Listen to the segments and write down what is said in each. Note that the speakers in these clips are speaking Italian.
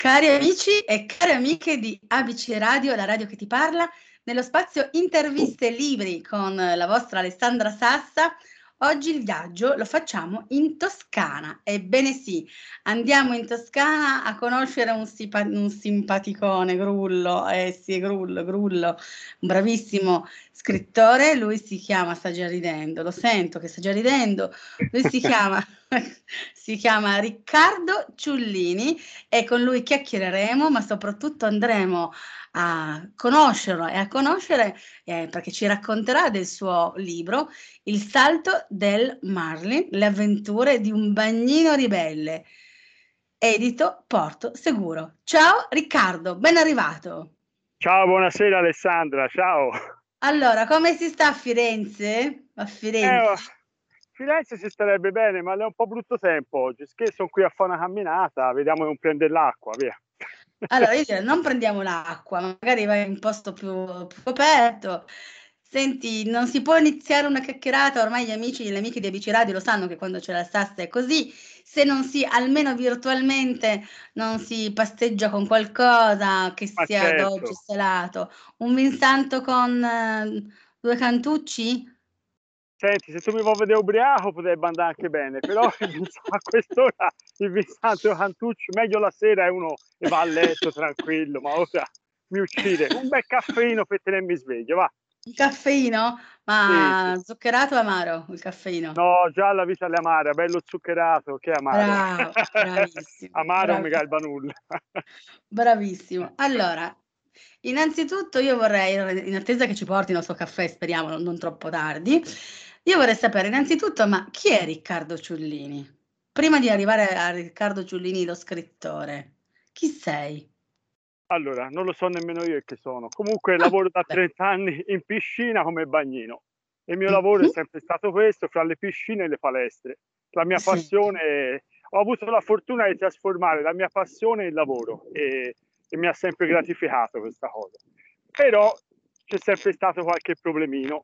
Cari amici e care amiche di ABC Radio, la radio che ti parla, nello spazio Interviste e Libri con la vostra Alessandra Sassa, oggi il viaggio lo facciamo in Toscana. Ebbene sì, andiamo in Toscana a conoscere un simpaticone, Grullo, sì, Grullo, un bravissimo scrittore, lui si chiama, sta già ridendo, lo sento che sta già ridendo, lui si chiama Riccardo Ciullini e con lui chiacchiereremo, ma soprattutto andremo a conoscerlo e a conoscere, perché ci racconterà del suo libro Il salto del Marlin, le avventure di un bagnino ribelle, edito Porto Seguro. Ciao Riccardo, ben arrivato. Ciao, buonasera Alessandra, ciao. Allora, come si sta a Firenze? A Eh, Firenze. Firenze si starebbe bene, ma è un po' brutto tempo oggi. Che sono qui a fare una camminata, vediamo di non prendere l'acqua, via. Allora, io direi non prendiamo l'acqua, magari vai in un posto più aperto. Senti, non si può iniziare una chiacchierata, ormai gli amici e le amiche di ABC Radio lo sanno che quando c'è la Sassa è così, se non si, almeno virtualmente, non si pasteggia con qualcosa che Ma sia dolce, certo. salato. Un vinsanto con due cantucci? Senti, se tu mi vuoi vedere ubriaco potrebbe andare anche bene, però a quest'ora il Vincente Cantucci, meglio la sera e uno e va a letto tranquillo, ma ora mi uccide. Un bel caffeino per tenermi sveglio, va. Il caffeino? Sì, sì. Ma zuccherato o amaro il caffeino? No, già la vita alle amare, bello zuccherato, che amaro. Bravo, bravissimo, Amaro non mi garba nulla. bravissimo. Allora, innanzitutto io vorrei, in attesa che ci portino il suo caffè, speriamo non troppo tardi, io vorrei sapere innanzitutto, ma chi è Riccardo Ciullini? Prima di arrivare a Riccardo Ciullini, lo scrittore, chi sei? Allora, non lo so nemmeno io che sono. Comunque Ah, lavoro da vabbè. 30 anni in piscina come bagnino. Il mio lavoro è Mhm. sempre stato questo, fra le piscine e le palestre. La mia Sì, passione, ho avuto la fortuna di trasformare la mia passione in lavoro e mi ha sempre gratificato questa cosa. Però c'è sempre stato qualche problemino.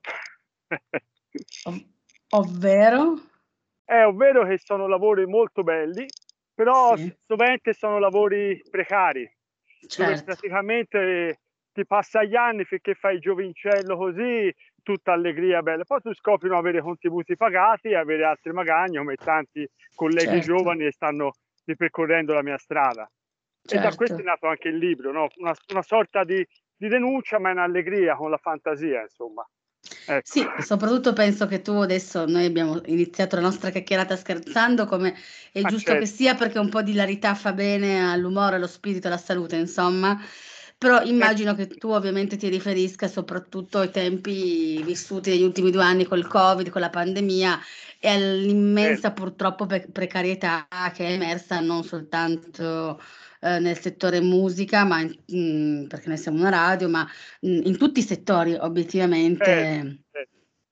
ov- ovvero? Ovvero che sono lavori molto belli, però Sì, sovente sono lavori precari, dove certo, praticamente ti passa gli anni finché fai giovincello così, tutta allegria bella. Poi tu scopri non avere contributi pagati e avere altre magagne, come tanti colleghi certo, giovani che stanno ripercorrendo la mia strada. E da questo è certo. nato anche il libro, no? Una sorta di denuncia, ma in allegria, con la fantasia, insomma. Ecco. Sì, soprattutto penso che tu adesso noi abbiamo iniziato la nostra chiacchierata scherzando, come è Ma giusto che certo. sia, perché un po' di ilarità fa bene all'umore, allo spirito, alla salute, insomma. Però immagino che tu ovviamente ti riferisca soprattutto ai tempi vissuti negli ultimi 2 anni col Covid, con la pandemia e all'immensa purtroppo precarietà che è emersa non soltanto nel settore musica, ma perché noi siamo una radio, ma in tutti i settori Certo, obiettivamente. certo.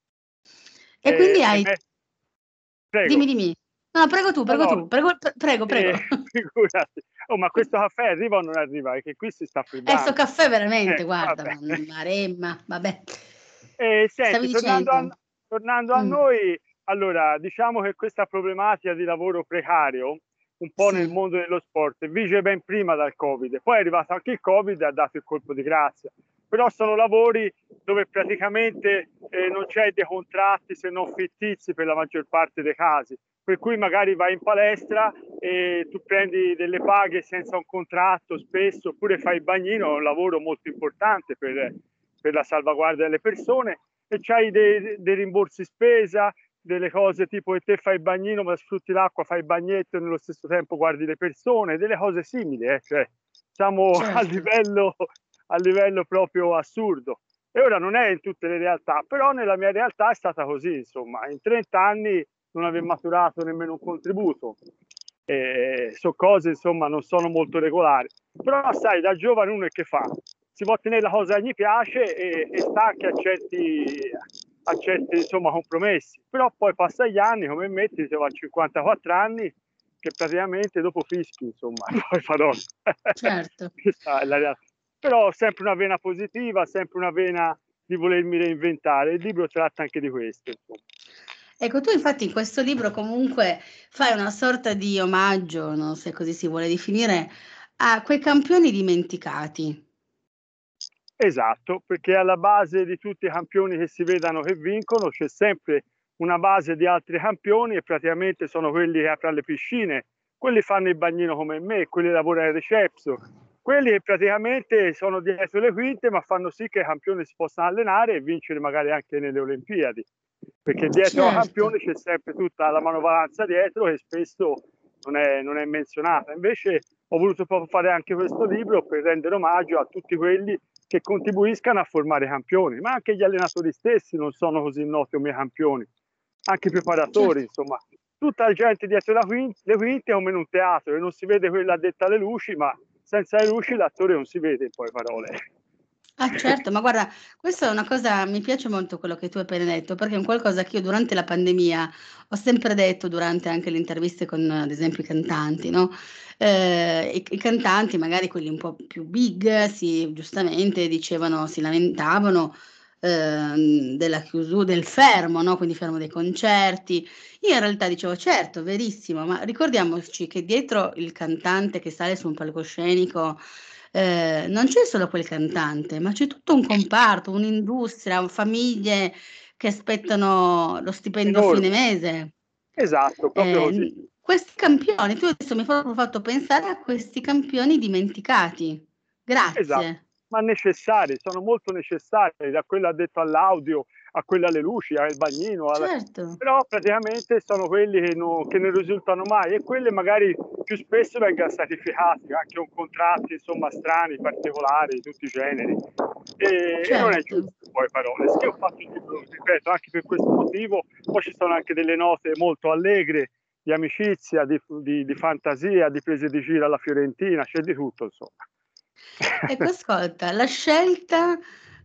E quindi E hai me dimmi, prego. dimmi. No, No, no, prego, prego. figurati. Oh, ma questo caffè arriva o non arriva? Perché qui si sta Sto freddando. caffè veramente, guarda, Vabbè. Maremma, vabbè. Stavi Senti, dicendo? tornando a Mh, noi, allora, diciamo che questa problematica di lavoro precario, un po' nel sì, mondo dello sport, vige ben prima dal Covid. Poi è arrivato anche il Covid e ha dato il colpo di grazia. Però sono lavori dove praticamente non c'è dei contratti se non fittizi per la maggior parte dei casi. Per cui magari vai in palestra e tu prendi delle paghe senza un contratto spesso, oppure fai il bagnino, è un lavoro molto importante per la salvaguardia delle persone, e c'hai dei rimborsi spesa, delle cose tipo che te fai il bagnino ma sfrutti l'acqua, fai il bagnetto e nello stesso tempo guardi le persone, delle cose simili, cioè siamo certo. a livello proprio assurdo. E ora non è in tutte le realtà, però nella mia realtà è stata così, insomma, in 30 anni non aver maturato nemmeno un contributo. Sono cose, insomma, non sono molto regolari. Però sai, da giovane uno è che fa? Si può tenere la cosa che gli piace e sta che accetti insomma compromessi. Però poi passa gli anni, come me, ti a 54 anni, che praticamente dopo fischi, insomma, poi farò. Certo. Questa è la realtà. Però ho sempre una vena positiva, sempre una vena di volermi reinventare. Il libro tratta anche di questo, insomma. Ecco, tu infatti in questo libro comunque fai una sorta di omaggio, no, se così si vuole definire, a quei campioni dimenticati. Esatto, perché alla base di tutti i campioni che si vedano che vincono c'è sempre una base di altri campioni e praticamente sono quelli che aprono le piscine, quelli fanno il bagnino come me, quelli lavorano al recepzo, quelli che praticamente sono dietro le quinte ma fanno sì che i campioni si possano allenare e vincere magari anche nelle Olimpiadi, perché dietro ai Certo. campioni c'è sempre tutta la manovalanza dietro che spesso non è menzionata. Invece ho voluto proprio fare anche questo libro per rendere omaggio a tutti quelli che contribuiscano a formare campioni, ma anche gli allenatori stessi non sono così noti come campioni, anche i preparatori, Certo. insomma, tutta la gente dietro le quinte è come in un teatro e non si vede quella addetta alle luci, ma senza le luci l'attore non si vede in poche parole. Ah certo, ma guarda, questa è una cosa mi piace molto quello che tu hai appena detto, perché è un qualcosa che io durante la pandemia ho sempre detto, durante anche le interviste con ad esempio i cantanti, no, i cantanti, magari quelli un po' più big, giustamente dicevano si lamentavano, della del fermo, no, quindi fermo dei concerti. Io in realtà dicevo: "Certo, verissimo, ma ricordiamoci che dietro il cantante che sale su un palcoscenico, non c'è solo quel cantante, ma c'è tutto un comparto, un'industria, famiglie che aspettano lo stipendio a fine Enorme, mese." esatto, proprio così. Questi campioni tu adesso mi hai proprio fatto pensare a questi campioni dimenticati. Esatto, Grazie. ma necessari, sono molto necessari, da quello addetto all'audio, a quello alle luci, al bagnino, Certo, però praticamente sono quelli che non risultano mai e quelli magari più spesso vengono sacrificati, anche con contratti insomma strani, particolari, di tutti i generi. E non è certo. giusto, poi parole. Se io ho fatto un libro, ripeto, anche per questo motivo, poi ci sono anche delle note molto allegre, di amicizia, di fantasia, di prese di giro alla Fiorentina, c'è di tutto insomma. Ecco ascolta, la scelta,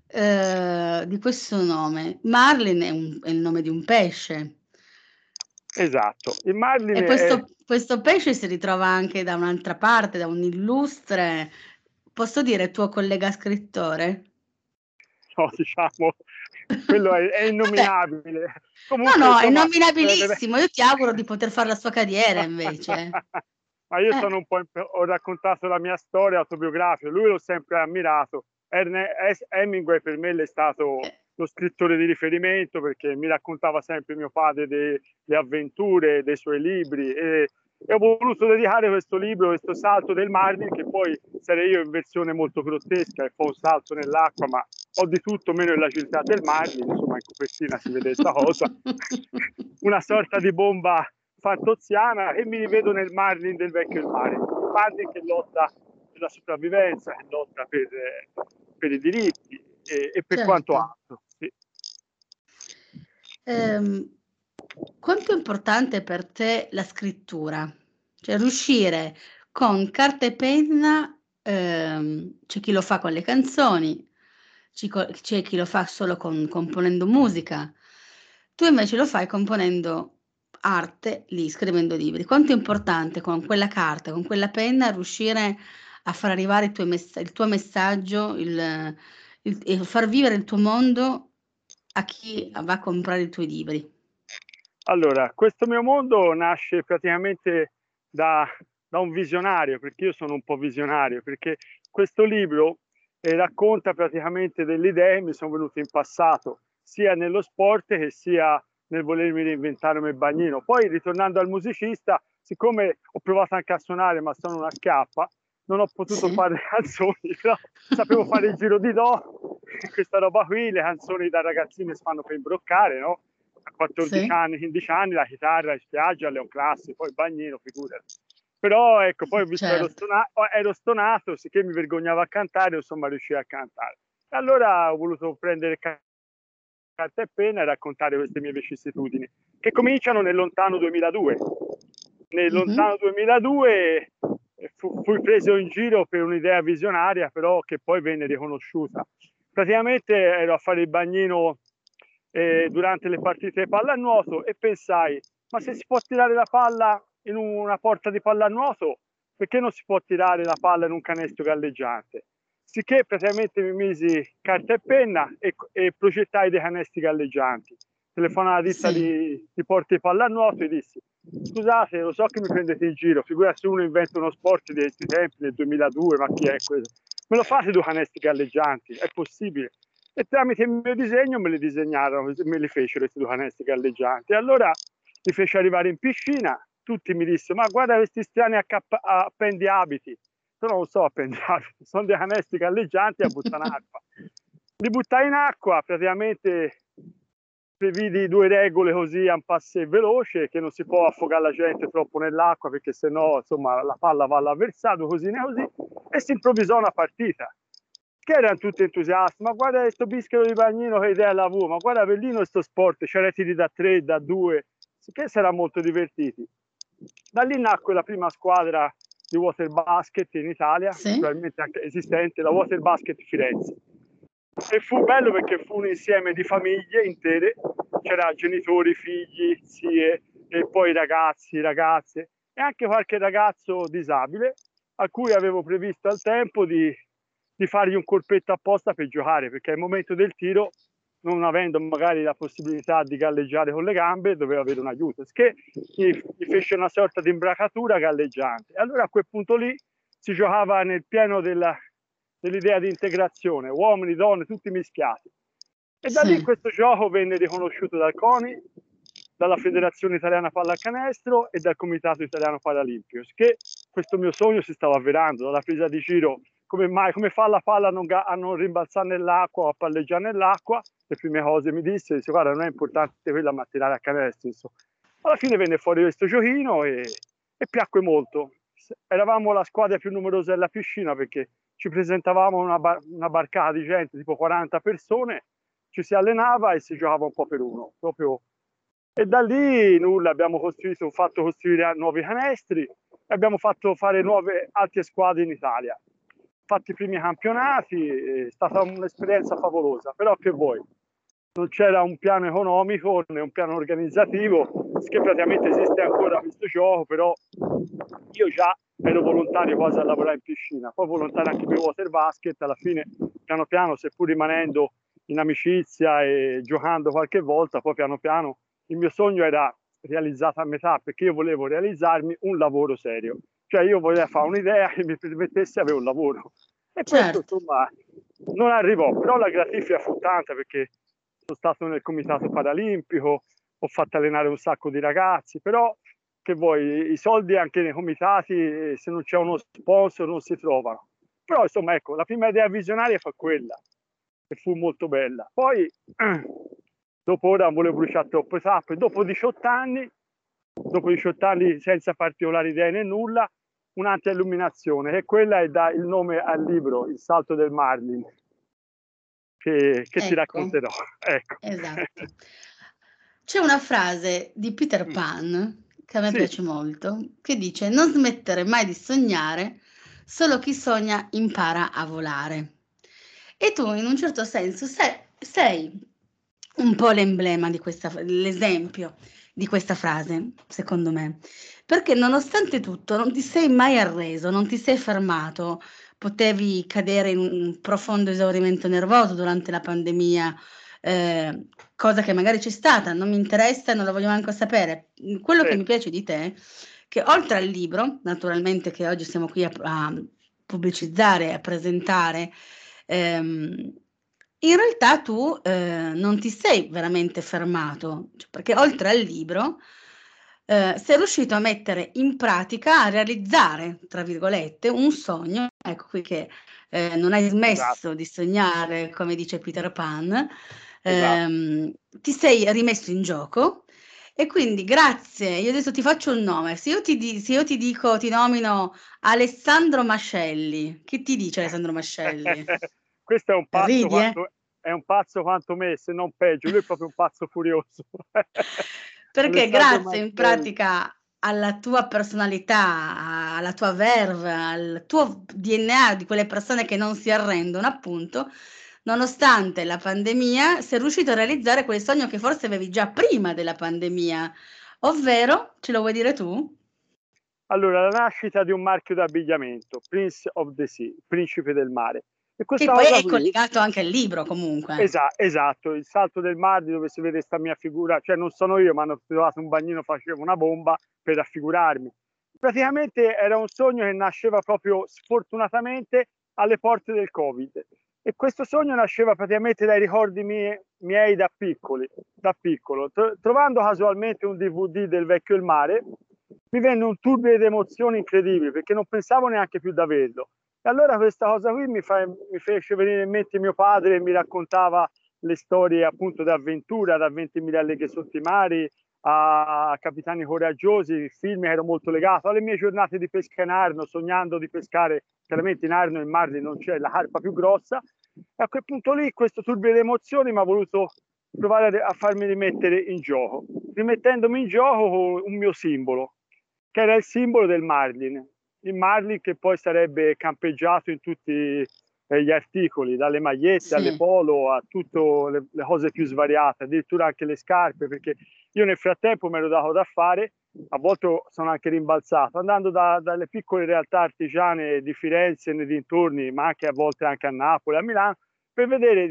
di questo nome, Marlin è il nome di un pesce Esatto, il e marline è questo pesce si ritrova anche da un'altra parte, da un illustre, posso dire tuo collega scrittore? no, diciamo, quello è Vabbè, innominabile. no, Comunque no, è insomma, deve nominabilissimo. Io ti auguro di poter far la sua carriera invece. ma io Eh, sono un po' ho raccontato la mia storia autobiografica, lui l'ho sempre ammirato. Hemingway per me è stato eh, lo scrittore di riferimento perché mi raccontava sempre mio padre le avventure dei suoi libri e ho voluto dedicare questo libro, questo salto del Marne, che poi sarei io in versione molto grottesca e fa un salto nell'acqua, ma ho di tutto meno l'agilità del Marne, insomma in copertina si vede questa cosa, una sorta di bomba fantoziana e mi rivedo nel Marlin del vecchio il mare, Marlin che lotta per la sopravvivenza, che lotta per i diritti e per quanto Certo. altro. Sì. Ehm, quanto è importante per te la scrittura? Cioè riuscire con carta e penna, c'è chi lo fa con le canzoni, c'è chi lo fa solo componendo musica. Tu invece lo fai componendo arte, lì, scrivendo libri. Quanto è importante con quella carta, con quella penna riuscire a far arrivare il tuo messaggio, e far vivere il tuo mondo a chi va a comprare i tuoi libri. Allora, questo mio mondo nasce praticamente da, da un visionario, perché io sono un po' visionario, perché questo libro racconta praticamente delle idee che mi sono venute in passato, sia nello sport che sia nel volermi reinventare come bagnino. Poi, ritornando al musicista, siccome ho provato anche a suonare, ma sono una schiappa, non ho potuto Sì. fare le canzoni, però sapevo fare il giro di do, questa roba qui, le canzoni da ragazzino si fanno per imbroccare, no? A 14 Sì, anni, 15 anni, la chitarra in spiaggia, alle classe, poi il bagnino, figurati. Però ecco, poi ho visto certo. ero stonato, sicché mi vergognavo a cantare, insomma riuscii a cantare. E allora ho voluto prendere carta e penna e raccontare queste mie vicissitudini, che cominciano nel lontano 2002. Nel Mh-mh. lontano 2002 fui preso in giro per un'idea visionaria, però che poi venne riconosciuta. Praticamente ero a fare il bagnino durante le partite di pallanuoto e pensai, ma se si può tirare la palla in una porta di pallanuoto, perché non si può tirare la palla in un canestro galleggiante? Sicché praticamente mi misi carta e penna e progettai dei canestri galleggianti. Telefonai alla ditta Sì, di porti di pallanuoto e dissi scusate, lo so che mi prendete in giro, figurati se uno inventa uno sport di questi tempi, nel 2002, ma chi è questo? Me lo fate due canestri galleggianti? È possibile? E tramite il mio disegno me li disegnarono, me li fecero questi due canestri galleggianti. E allora li fece arrivare in piscina, tutti mi dissero, ma guarda questi strani appendiabiti. Io non so appendiabiti, sono dei canestri galleggianti a buttare in acqua. Li buttai in acqua, praticamente previdi due regole così a un passo veloce, che non si può affogare la gente troppo nell'acqua perché sennò insomma la palla va all'avversario, così e così, e si improvvisò una partita che erano tutti entusiasti, ma guarda questo bischero di bagnino che idea la ma guarda bellino questo sport, c'era tiri da 3, da 2, che si era molto divertiti. Da lì nacque la prima squadra di water basket in Italia, Sì. probabilmente anche esistente, la Water Basket Firenze. E fu bello perché fu un insieme di famiglie intere, c'era genitori, figli, zie, e poi ragazzi, ragazze e anche qualche ragazzo disabile a cui avevo previsto al tempo di fargli un colpetto apposta per giocare, perché al momento del tiro, non avendo magari la possibilità di galleggiare con le gambe, doveva avere un aiuto, che gli fece una sorta di imbracatura galleggiante. E allora a quel punto lì si giocava nel pieno dell'idea di integrazione, uomini, donne, tutti mischiati. E da lì questo gioco venne riconosciuto dal CONI, dalla Federazione Italiana Pallacanestro e dal Comitato Italiano Paralimpico, che questo mio sogno si stava avverando, dalla presa di giro, come fa la palla a non rimbalzare nell'acqua o a palleggiare nell'acqua. Le prime cose mi disse, guarda, non è importante quella, ma tirare a canestro, insomma. Alla fine venne fuori questo giochino e piacque molto. Eravamo la squadra più numerosa della piscina perché ci presentavamo una barcata di gente, tipo 40 persone, ci si allenava e si giocava un po' per uno, proprio. E da lì nulla, abbiamo fatto costruire nuovi canestri e abbiamo fatto fare altre squadre in Italia. Fatti i primi campionati, è stata un'esperienza favolosa, però che vuoi? Non c'era un piano economico né un piano organizzativo, che praticamente esiste ancora questo gioco, però io già ero volontario quasi a lavorare in piscina, poi volontario anche per water basket, alla fine piano piano, seppur rimanendo in amicizia e giocando qualche volta, poi piano piano il mio sogno era realizzato a metà, perché io volevo realizzarmi un lavoro serio, cioè io volevo fare un'idea che mi permettesse di avere un lavoro. E questo insomma non arrivò, però la gratifica fu tanta perché sono stato nel Comitato Paralimpico, ho fatto allenare un sacco di ragazzi, però che vuoi, i soldi anche nei comitati, se non c'è uno sponsor non si trovano. Però insomma ecco, la prima idea visionaria fu quella, che fu molto bella. Poi dopo ora non volevo bruciare troppe tappe, dopo 18 anni senza particolari idee né nulla, un'altra illuminazione, e quella è da il nome al libro Il salto del Marlin, che ti racconterò. Ecco. Esatto. C'è una frase di Peter Pan che a me piace molto, che dice: non smettere mai di sognare, solo chi sogna impara a volare. E tu in un certo senso sei un po' l'emblema di l'esempio di questa frase, secondo me, perché nonostante tutto non ti sei mai arreso, non ti sei fermato, potevi cadere in un profondo esaurimento nervoso durante la pandemia, cosa che magari c'è stata, non mi interessa, non la voglio manco sapere. Quello che mi piace di te, che oltre al libro, naturalmente, che oggi siamo qui a pubblicizzare, a presentare, in realtà tu non ti sei veramente fermato, cioè, perché oltre al libro sei riuscito a mettere in pratica, a realizzare, tra virgolette, un sogno, ecco qui che non hai smesso di sognare, come dice Peter Pan, ti sei rimesso in gioco e quindi grazie, io adesso ti faccio un nome, se io ti dico, ti nomino Alessandro Mascelli, che ti dice Alessandro Mascelli? Questo è un pazzo, Ridi, è un pazzo quanto me, se non peggio, lui è proprio un pazzo furioso. Perché grazie in pratica alla tua personalità, alla tua verve, al tuo DNA di quelle persone che non si arrendono, appunto, nonostante la pandemia, sei riuscito a realizzare quel sogno che forse avevi già prima della pandemia, ovvero, ce lo vuoi dire tu? Allora, la nascita di un marchio d'abbigliamento, Prince of the Sea, principe del mare. E Che questa poi cosa è qui, collegato anche al libro comunque. esatto, il salto del Mardi dove si vede sta mia figura, cioè non sono io, ma hanno trovato un bagnino, facevo una bomba per raffigurarmi. Praticamente era un sogno che nasceva proprio sfortunatamente alle porte del Covid. E questo sogno nasceva praticamente dai ricordi miei da piccolo. Trovando casualmente un DVD del Vecchio il Mare, mi venne un turbine di emozioni incredibili perché non pensavo neanche più di averlo. E allora questa cosa qui mi fece venire in mente mio padre e mi raccontava le storie appunto d'avventura, da 20.000 leghe sotto i mari a Capitani Coraggiosi, film che ero molto legato, alle mie giornate di pesca in Arno, sognando di pescare, chiaramente in Arno e in Marli non c'è la carpa più grossa. E a quel punto lì questo turbine di emozioni mi ha voluto provare a farmi rimettere in gioco, rimettendomi in gioco con un mio simbolo, che era il simbolo del Marlin. Il Marlin che poi sarebbe campeggiato in tutti gli articoli, dalle magliette alle Sì, polo a tutte le cose più svariate, addirittura anche le scarpe, perché io nel frattempo mi ero dato da fare, a volte sono anche rimbalzato, andando dalle piccole realtà artigiane di Firenze e nei dintorni, ma anche a volte anche a Napoli, a Milano, per vedere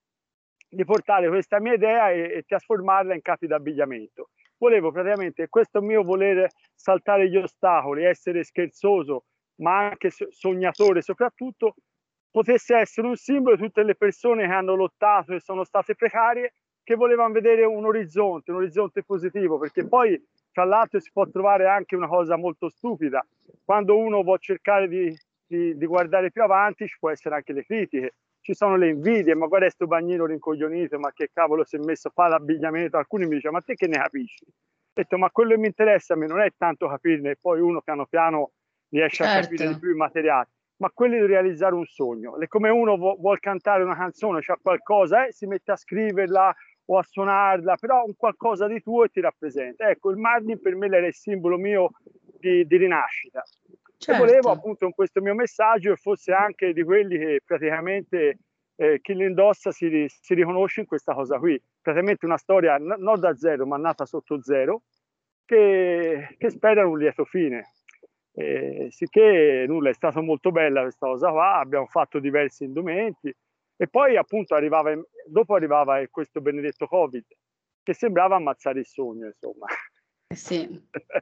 di portare questa mia idea e trasformarla in capi d'abbigliamento. Volevo praticamente questo mio voler saltare gli ostacoli, essere scherzoso, ma anche sognatore soprattutto, potesse essere un simbolo di tutte le persone che hanno lottato e sono state precarie, che volevano vedere un orizzonte positivo, perché poi tra l'altro si può trovare anche una cosa molto stupida, quando uno vuole cercare di guardare più avanti ci può essere anche le critiche, ci sono le invidie, ma guarda sto bagnino rincoglionito, ma che cavolo si è messo a fare l'abbigliamento, alcuni mi dicono ma te che ne capisci? Ho detto ma quello che mi interessa a me non è tanto capirne, poi uno piano piano riesce a capire di certo. più i materiali, ma quello di realizzare un sogno. È come uno vuol cantare una canzone, c'ha qualcosa, si mette a scriverla o a suonarla, però un qualcosa di tuo e ti rappresenta. Ecco, il Mardi per me era il simbolo mio di rinascita. E volevo Certo. appunto con questo mio messaggio che fosse anche di quelli che praticamente chi lo indossa si riconosce in questa cosa qui. Praticamente una storia non da zero, ma nata sotto zero, che spera un lieto fine. Sicché nulla, è stata molto bella questa cosa qua, abbiamo fatto diversi indumenti e poi appunto dopo arrivava questo benedetto Covid che sembrava ammazzare il sogno, insomma. Sì.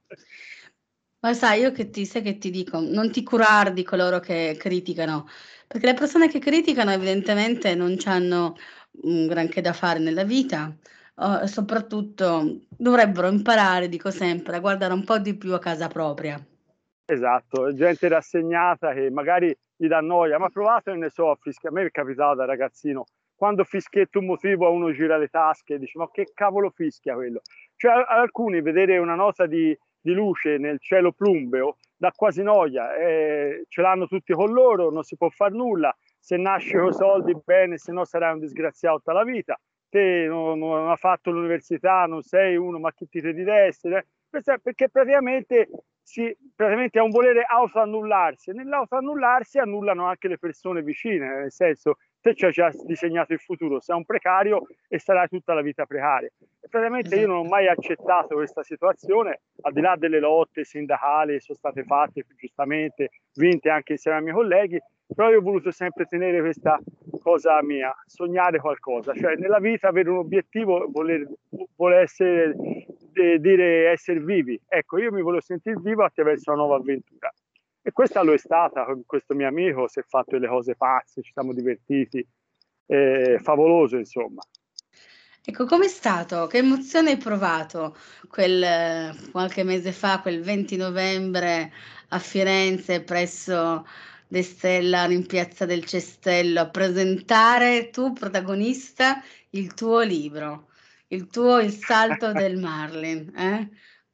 Ma sai, sai che ti dico, non ti curare di coloro che criticano, perché le persone che criticano evidentemente non c'hanno un granché da fare nella vita, e soprattutto dovrebbero imparare, dico sempre, a guardare un po' di più a casa propria. Esatto, gente rassegnata che magari gli dà noia, ma provate, ne so, a fischiare. A me è capitato da ragazzino, quando fischietto un motivo a uno gira le tasche e dice ma che cavolo fischia quello? Cioè alcuni vedere una nota di luce nel cielo plumbeo dà quasi noia, ce l'hanno tutti con loro, non si può fare nulla, se nasce con soldi bene, se no sarai un disgraziato tutta la vita, te non hai fatto l'università, non sei uno, ma chi ti credi di essere? Perché praticamente è un volere autoannullarsi e nell'autoannullarsi annullano anche le persone vicine, nel senso te ci hai già disegnato il futuro, sei un precario e sarai tutta la vita precaria. E praticamente io non ho Esatto. mai accettato questa situazione, al di là delle lotte sindacali che sono state fatte giustamente, vinte anche insieme ai miei colleghi, però io ho voluto sempre tenere questa cosa mia, sognare qualcosa, cioè nella vita avere un obiettivo, voler essere, dire essere vivi. Ecco, io mi volevo sentire vivo attraverso una nuova avventura. E questa lo è stata, con questo mio amico, si è fatto delle cose pazze, ci siamo divertiti, favoloso insomma. Ecco, com'è stato? Che emozione hai provato qualche mese fa, quel 20 novembre a Firenze presso De Stella in Piazza del Cestello a presentare, tu protagonista, il tuo libro, Il salto del Marlin, eh?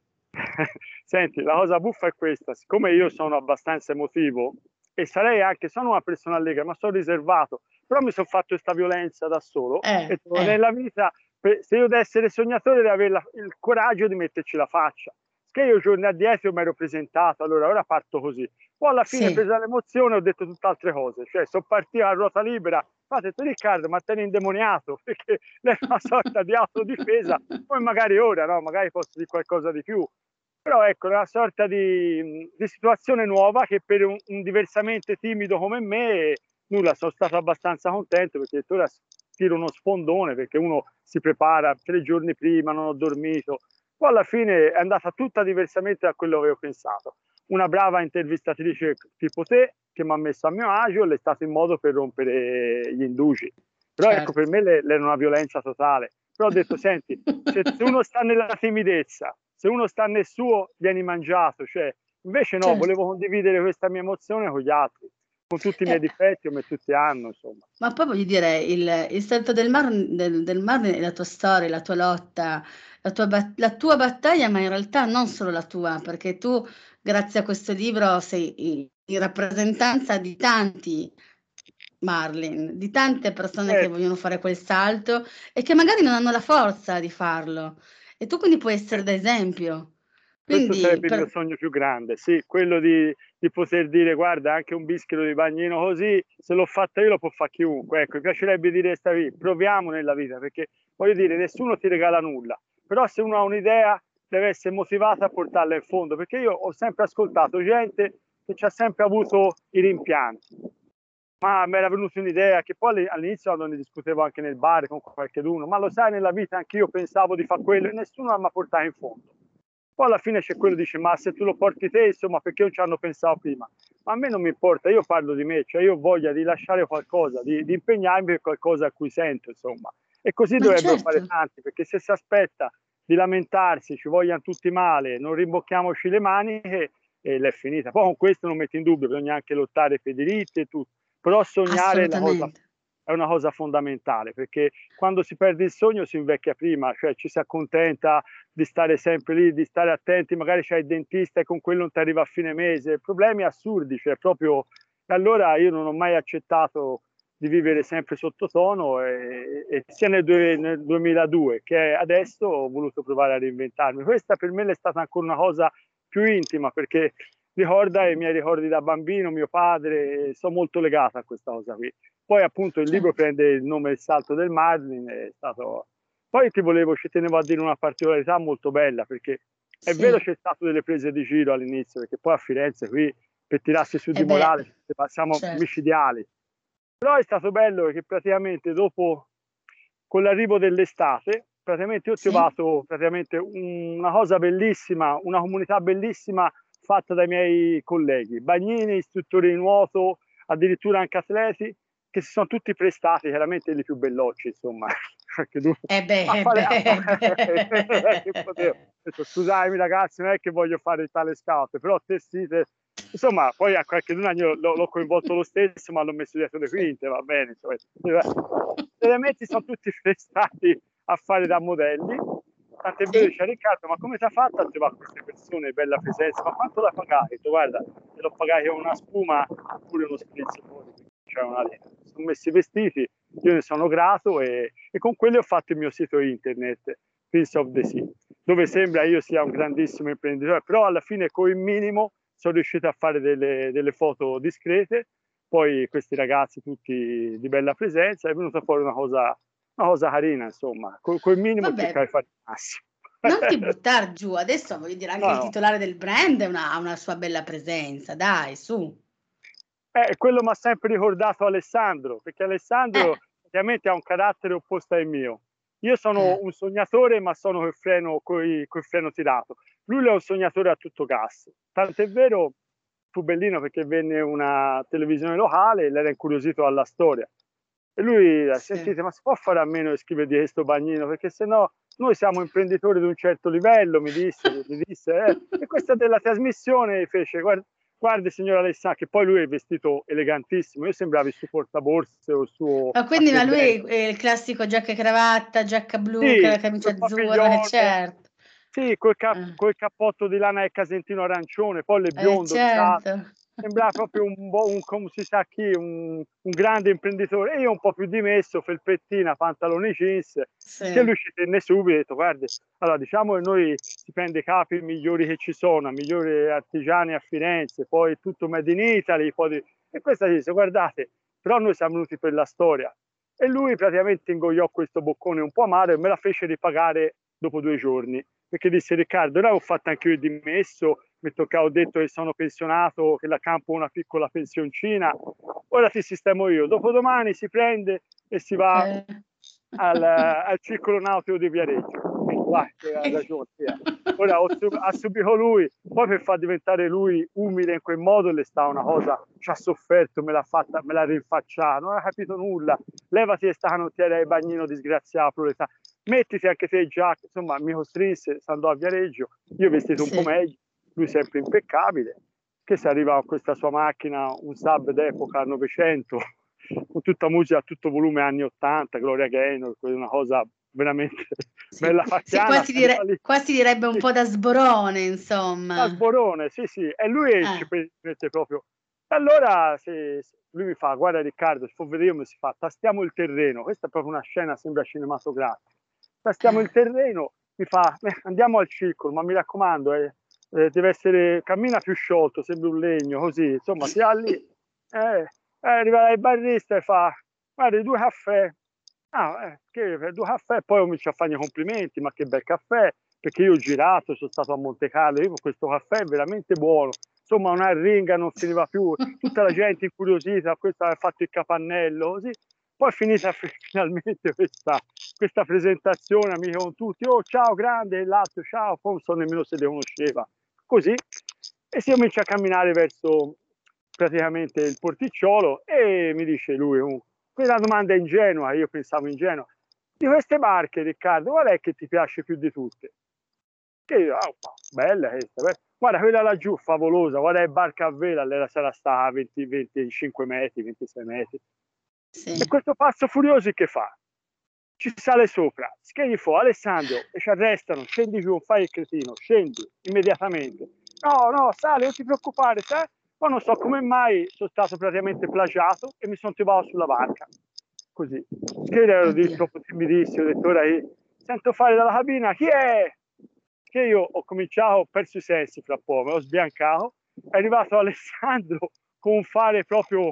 Senti, la cosa buffa è questa, siccome io sono abbastanza emotivo e sarei anche, sono una persona allegra, ma sono riservato, però mi sono fatto questa violenza da solo Eh, e eh, nella vita, se io devo essere sognatore, devo avere il coraggio di metterci la faccia. Che io giorni addietro mi ero presentato, allora ora parto così. Poi alla fine, sì. presa l'emozione, ho detto tutt'altre cose, cioè sono partito a ruota libera, fate tu Riccardo, ma te ne indemoniato, perché è una sorta di autodifesa, poi magari ora, no? Magari posso dire qualcosa di più, però ecco, è una sorta di situazione nuova che per un diversamente timido come me nulla, sono stato abbastanza contento perché ho detto, ora tiro uno sfondone, perché uno si prepara 3 giorni prima, non ho dormito. Poi alla fine è andata tutta diversamente da quello che avevo pensato. Una brava intervistatrice tipo te che mi ha messo a mio agio, l'è stato in modo per rompere gli indugi. Però ecco, Certo. per me era una violenza totale. Però ho detto, senti, se uno sta nella timidezza, se uno sta nel suo, vieni mangiato. Cioè, invece no, Certo. volevo condividere questa mia emozione con gli altri, con tutti i miei Eh, difetti, come tutti hanno, insomma. ma poi voglio dire, il salto del Marne è la tua storia, la tua lotta, la tua battaglia, ma in realtà non solo la tua, perché tu, grazie a questo libro, sei in rappresentanza di tanti Marlin, di tante persone che Eh, vogliono fare quel salto e che magari non hanno la forza di farlo. E tu quindi puoi essere eh. d'esempio. Questo Quindi, sarebbe il mio sogno più grande, sì, quello di poter dire, guarda, anche un bischero di bagnino così, se l'ho fatta io lo può fare chiunque. Ecco, mi piacerebbe dire sta vita, proviamo nella vita, perché voglio dire, nessuno ti regala nulla, però se uno ha un'idea deve essere motivata a portarla in fondo, perché io ho sempre ascoltato gente che ci ha sempre avuto i rimpianti, ma mi era venuta un'idea che poi all'inizio quando ne discutevo anche nel bar con qualcuno, ma lo sai, nella vita anch'io pensavo di fare quello e nessuno mi ha portato in fondo. Poi alla fine c'è quello che dice, ma se tu lo porti te, insomma, perché non ci hanno pensato prima? Ma a me non mi importa, io parlo di me, cioè io ho voglia di lasciare qualcosa, di impegnarmi per qualcosa a cui sento, insomma. E così ma dovrebbero certo, fare tanti, perché se si aspetta di lamentarsi, ci vogliano tutti male, non rimbocchiamoci le maniche e l'è finita. Poi con questo non metto in dubbio, bisogna anche lottare per i diritti e tutto, però sognare assolutamente. è una cosa fondamentale, perché quando si perde il sogno si invecchia prima, cioè ci si accontenta di stare sempre lì, di stare attenti, magari c'è il dentista e con quello non ti arriva a fine mese, problemi assurdi, cioè proprio. E allora io non ho mai accettato di vivere sempre sottotono e sia nel 2002 che adesso ho voluto provare a reinventarmi. Questa per me è stata ancora una cosa più intima perché ricorda i miei ricordi da bambino, mio padre, sono molto legato a questa cosa qui. Poi appunto il libro Certo. prende il nome Il salto del Marlin, è stato. Poi ci tenevo a dire una particolarità molto bella, perché è vero Sì, c'è stato delle prese di giro all'inizio, perché poi a Firenze qui per tirarsi su e di beh, morale siamo certo. micidiali. Però è stato bello perché praticamente dopo, con l'arrivo dell'estate, praticamente io ho Sì, trovato praticamente una cosa bellissima, una comunità bellissima fatta dai miei colleghi, bagnini, istruttori di nuoto, addirittura anche atleti, che si sono tutti prestati, chiaramente i più bellocci, insomma, anche tu, e beh, a e fare, beh, e che beh. potevo. Ho detto, scusatemi ragazzi, non è che voglio fare il tale scout, però tessite, insomma, poi a qualche io l'ho coinvolto lo stesso, ma l'ho messo dietro le Sì. quinte, va bene, insomma. Gli elementi sono tutti prestati a fare da modelli. Tant'è vero, Sì? dice Riccardo, ma come ti ha fatto a trovare queste persone, bella presenza? Ma quanto la pagai? Detto, guarda, te l'ho pagato con una spuma oppure uno spritz fuori, c'è una linea. Sono messi i vestiti, io ne sono grato e con quelli ho fatto il mio sito internet, Prince of the Sea, dove sembra io sia un grandissimo imprenditore, però alla fine con il minimo sono riuscito a fare delle foto discrete. Poi questi ragazzi tutti di bella presenza, è venuta fuori una cosa carina, insomma, col minimo Vabbè, cercare di fare il massimo. non ti buttar giù. Adesso voglio dire, anche No, il no. titolare del brand ha una sua bella presenza, dai, su. Quello mi ha sempre ricordato Alessandro, perché Eh, Alessandro ovviamente ha un carattere opposto al mio. Io eh, sono un sognatore, ma sono col freno tirato. Lui è un sognatore a tutto gas. Tant'è vero, fu bellino perché venne una televisione locale e l'era incuriosito alla storia. E lui ha sì. sentito, ma si può fare a meno di scrivere di questo bagnino? Perché sennò noi siamo imprenditori di un certo livello, mi disse, e questa della trasmissione fece, guardi signor Alessandro, che poi lui è vestito elegantissimo, io sembrava il suo portaborse o il suo Ma lui attendente. è il classico giacca e cravatta, giacca blu, Sì, camicia col azzurra, papillon, certo. sì, Eh, col cappotto di lana e casentino arancione, poi le biondo, dorato. certo. Sembrava proprio come si sa chi, un grande imprenditore. E io un po' più dimesso, felpettina, pantaloni jeans, che Sì. lui ci tenne subito e ha detto, guardi, allora diciamo che noi si prende i capi migliori che ci sono, migliori artigiani a Firenze, poi tutto made in Italy, e questa disse, guardate, però noi siamo venuti per la storia. E lui praticamente ingoiò questo boccone un po' amaro e me la fece ripagare dopo 2 giorni, perché disse Riccardo, ora ho fatto anche io il dimesso, ho detto che sono pensionato, che la campo una piccola pensioncina, ora ti sistemo io. Dopodomani si prende e si va al circolo nautico di Viareggio. Hai ragione. Ora ha subito lui, poi per far diventare lui umile in quel modo le sta una cosa, ci ha sofferto, me l'ha rinfacciata, non ha capito nulla. Levati e sta canottiera ai bagnino disgraziato, mettiti anche te già, insomma mi costrinse, si andò a Viareggio, io vestito un po' meglio, lui sempre impeccabile, che si arriva con questa sua macchina, un Saab d'epoca 900, con tutta musica a tutto volume anni 80, Gloria Gaynor, una cosa veramente bella facciana. Qua si direbbe un po' da sborone, insomma. Da sborone, sì, e lui ci mette proprio. Allora lui mi fa, guarda Riccardo, se vedere si fa, tastiamo il terreno, questa è proprio una scena, sembra cinematografica. Tastiamo il terreno, mi fa, andiamo al circolo, ma mi raccomando, deve essere, cammina più sciolto, sembra un legno, così, insomma, si ha lì, arriva il barista e fa, guarda, 2 caffè. Che 2 caffè, poi comincia a fare i complimenti, ma che bel caffè, perché io ho girato, sono stato a Monte Carlo, io questo caffè è veramente buono, insomma una ringa non finiva più, tutta la gente incuriosita, questo aveva fatto il capannello, così. Poi finita finalmente questa presentazione, amici con tutti, oh ciao grande, l'altro ciao, poi non so nemmeno se le conosceva, così, e si comincia a camminare verso praticamente il porticciolo e mi dice lui, quella domanda ingenua, io pensavo ingenua, di queste barche Riccardo, qual è che ti piace più di tutte? Che io, bella questa, guarda quella laggiù, favolosa, guarda è barca a vela, lei sarà stata a 25 metri, 26 metri. E questo pazzo furioso che fa? Ci sale sopra, schiegli fuori, Alessandro, e ci arrestano, scendi giù, fai il cretino, scendi immediatamente. No, sale, non ti preoccupare, sai? Poi non so come mai sono stato praticamente plagiato e mi sono trovato sulla barca. Così. Che ero troppo timidissimo, ho detto ora sento fare dalla cabina, chi è? Che io ho cominciato, ho perso i sensi fra poco, me l'ho sbiancato, è arrivato Alessandro con un fare proprio...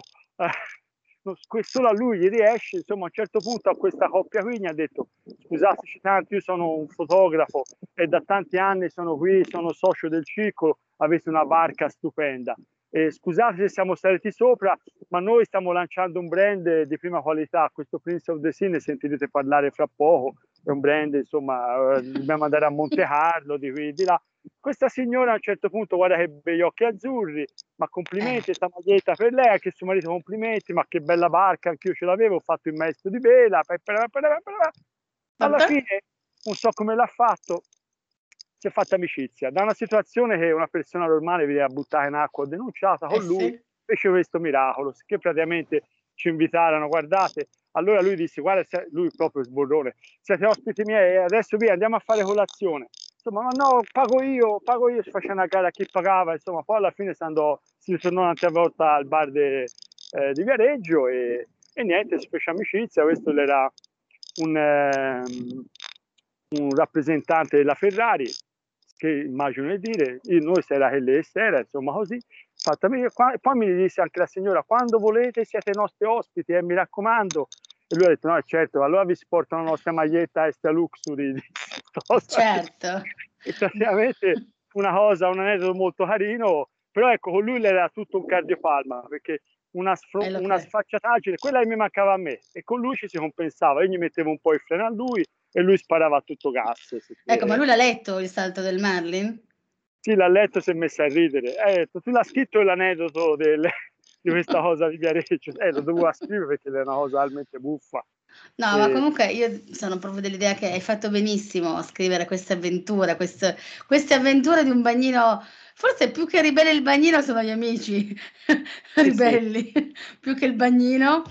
solo a lui gli riesce, insomma a un certo punto a questa coppia qui mi ha detto scusateci tanto, io sono un fotografo e da tanti anni sono qui, sono socio del circolo, avete una barca stupenda, scusate se siamo saliti sopra, ma noi stiamo lanciando un brand di prima qualità, questo Prince of the Sea, ne sentirete parlare fra poco, è un brand, insomma, dobbiamo andare a Monte Carlo, di qui, di là. Questa signora a un certo punto, guarda che begli occhi azzurri, ma complimenti, sta maglietta per lei, anche suo marito complimenti, ma che bella barca, anch'io ce l'avevo, ho fatto il maestro di vela, alla fine, non so come l'ha fatto, si è fatta amicizia, da una situazione che una persona normale viene buttata in acqua denunciata, con lui fece questo miracolo, che praticamente ci invitarono, guardate, allora lui disse, guarda, lui proprio sborrone, siete ospiti miei, adesso via, andiamo a fare colazione. Insomma, ma no, pago io, si faceva una gara a chi pagava, insomma, poi alla fine si ritornò un'altra volta al bar di Viareggio e niente, si fece amicizia, questo era un rappresentante della Ferrari, che immagino di dire, noi se era che lei era, insomma così, poi mi disse anche la signora, quando volete siete nostri ospiti, mi raccomando, e lui ha detto, no certo, allora vi sporto la nostra maglietta Extra Luxury, certo, e praticamente un aneddoto molto carino, però ecco, con lui era tutto un cardiopalma, perché una sfacciataggine, quella che mi mancava a me, e con lui ci si compensava, io gli mettevo un po' il freno a lui e lui sparava a tutto gas. Ecco, ma lui l'ha letto il salto del Merlin? Sì, l'ha letto, si è messo a ridere. Tu l'ha scritto l'aneddoto di questa cosa di Viareggio, lo dovevo scrivere perché è una cosa talmente buffa. No, ma comunque io sono proprio dell'idea che hai fatto benissimo a scrivere queste avventure di un bagnino, forse più che ribelle il bagnino sono gli amici ribelli, più che il bagnino,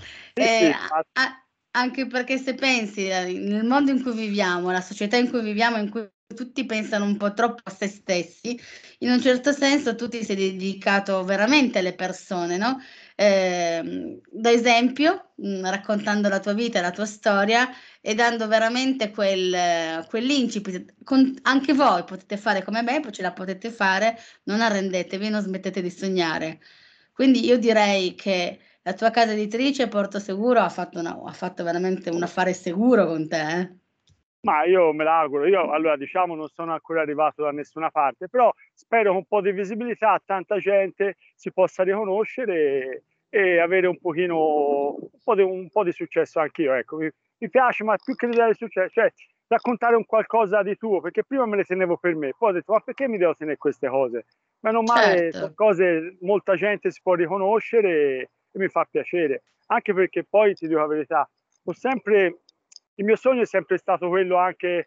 anche perché se pensi nel mondo in cui viviamo, la società in cui viviamo, in cui tutti pensano un po' troppo a se stessi, in un certo senso tu ti sei dedicato veramente alle persone, no? Da esempio, raccontando la tua vita, la tua storia e dando veramente quell'incipit. Anche voi potete fare come me, poi ce la potete fare, non arrendetevi, non smettete di sognare. Quindi io direi che la tua casa editrice Porto Seguro ha fatto veramente un affare sicuro con te. Ma io me l'auguro, io allora diciamo non sono ancora arrivato da nessuna parte, però spero che un po' di visibilità a tanta gente si possa riconoscere e avere un pochino, un po' di successo anch'io, ecco. Mi piace, ma più che l'idea di successo, cioè raccontare un qualcosa di tuo, perché prima me le tenevo per me, poi ho detto ma perché mi devo tenere queste cose? Meno male, sono Certo, cose molta gente si può riconoscere e mi fa piacere, anche perché poi ti dico la verità, ho sempre il mio sogno è sempre stato quello anche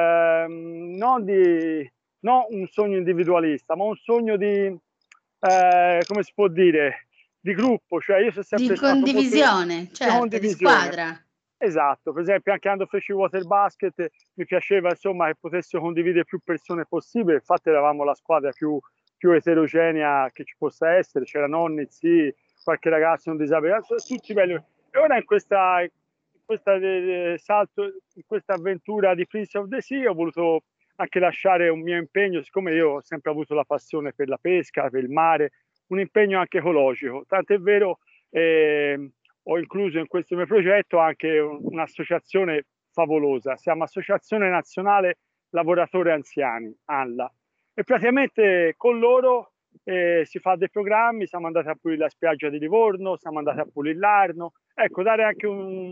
non un sogno individualista, ma un sogno di, come si può dire, di gruppo, cioè io sono di sempre stato molto condivisione, di certo, di condivisione. squadra. Esatto, per esempio anche quando feci water basket mi piaceva insomma che potessi condividere più persone possibile, infatti eravamo la squadra più eterogenea che ci possa essere, c'era nonni, zii, qualche ragazzo non disabile, tutti belli. E ora in questa avventura di Prince of the Sea ho voluto anche lasciare un mio impegno, siccome io ho sempre avuto la passione per la pesca, per il mare, un impegno anche ecologico. Tant'è vero, ho incluso in questo mio progetto anche un'associazione favolosa, si chiama Associazione Nazionale Lavoratori Anziani, ANLA. E praticamente con loro si fa dei programmi, siamo andati a pulire la spiaggia di Livorno, siamo andati a pulire l'Arno, ecco, dare anche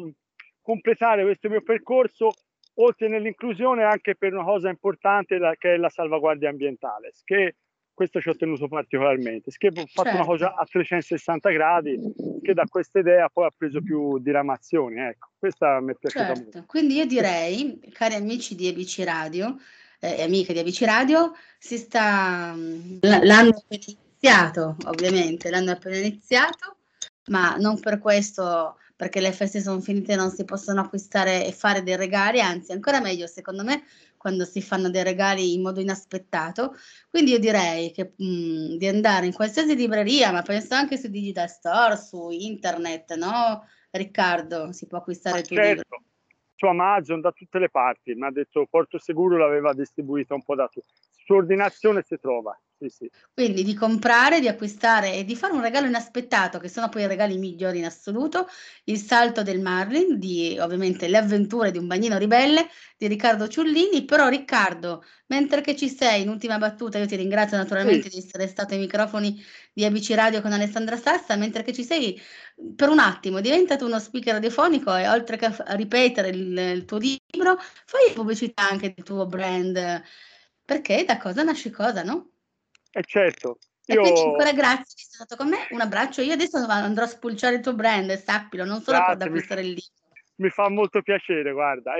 completare questo mio percorso, oltre nell'inclusione anche per una cosa importante che è la salvaguardia ambientale, che questo ci ho tenuto particolarmente, che ho fatto una Certo, cosa a 360 gradi, che da questa idea poi ha preso più diramazioni, ecco, questa mi è piaciuta molto. certo. Quindi io direi, cari amici di ABC Radio, e amiche di ABC Radio, si sta l'anno appena iniziato, ovviamente, l'anno appena iniziato, ma non per questo, perché le feste sono finite, non si possono acquistare e fare dei regali, anzi, ancora meglio, secondo me, quando si fanno dei regali in modo inaspettato. Quindi io direi che di andare in qualsiasi libreria, ma penso anche su Digital Store, su internet, no? Riccardo, si può Ma acquistare il tuo libro. certo, su Amazon da tutte le parti, mi ha detto Porto Seguro l'aveva distribuita un po' da tutto. Su ordinazione si trova, sì sì. Quindi di comprare, di acquistare e di fare un regalo inaspettato, che sono poi i regali migliori in assoluto, Il salto del Marlin, di ovviamente Le avventure di un bagnino ribelle, di Riccardo Ciullini. Però Riccardo, mentre che ci sei, in ultima battuta, io ti ringrazio Sì, naturalmente di essere stato ai microfoni di ABC Radio con Alessandra Sassa, mentre che ci sei, per un attimo, diventati uno speaker radiofonico e oltre che a ripetere il tuo libro, fai pubblicità anche del tuo brand, perché da cosa nasce cosa, no? e certo, E quindi io ancora grazie di essere stato con me, un abbraccio. Io adesso andrò a spulciare il tuo brand, sappilo, non solo ad grazie, acquistare il libro. mi fa molto piacere, guarda.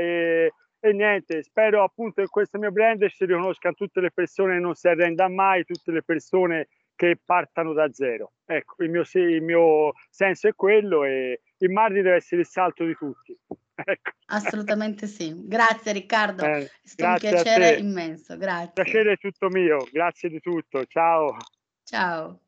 E niente, spero appunto che questo mio brand si riconoscano tutte le persone che non si arrendano mai, tutte le persone che partano da zero. Ecco, il mio senso è quello e il marketing deve essere il salto di tutti. Ecco. Assolutamente sì. Grazie Riccardo, è stato un Grazie a piacere te, immenso. Grazie. piacere è tutto mio, grazie di tutto, ciao. Ciao.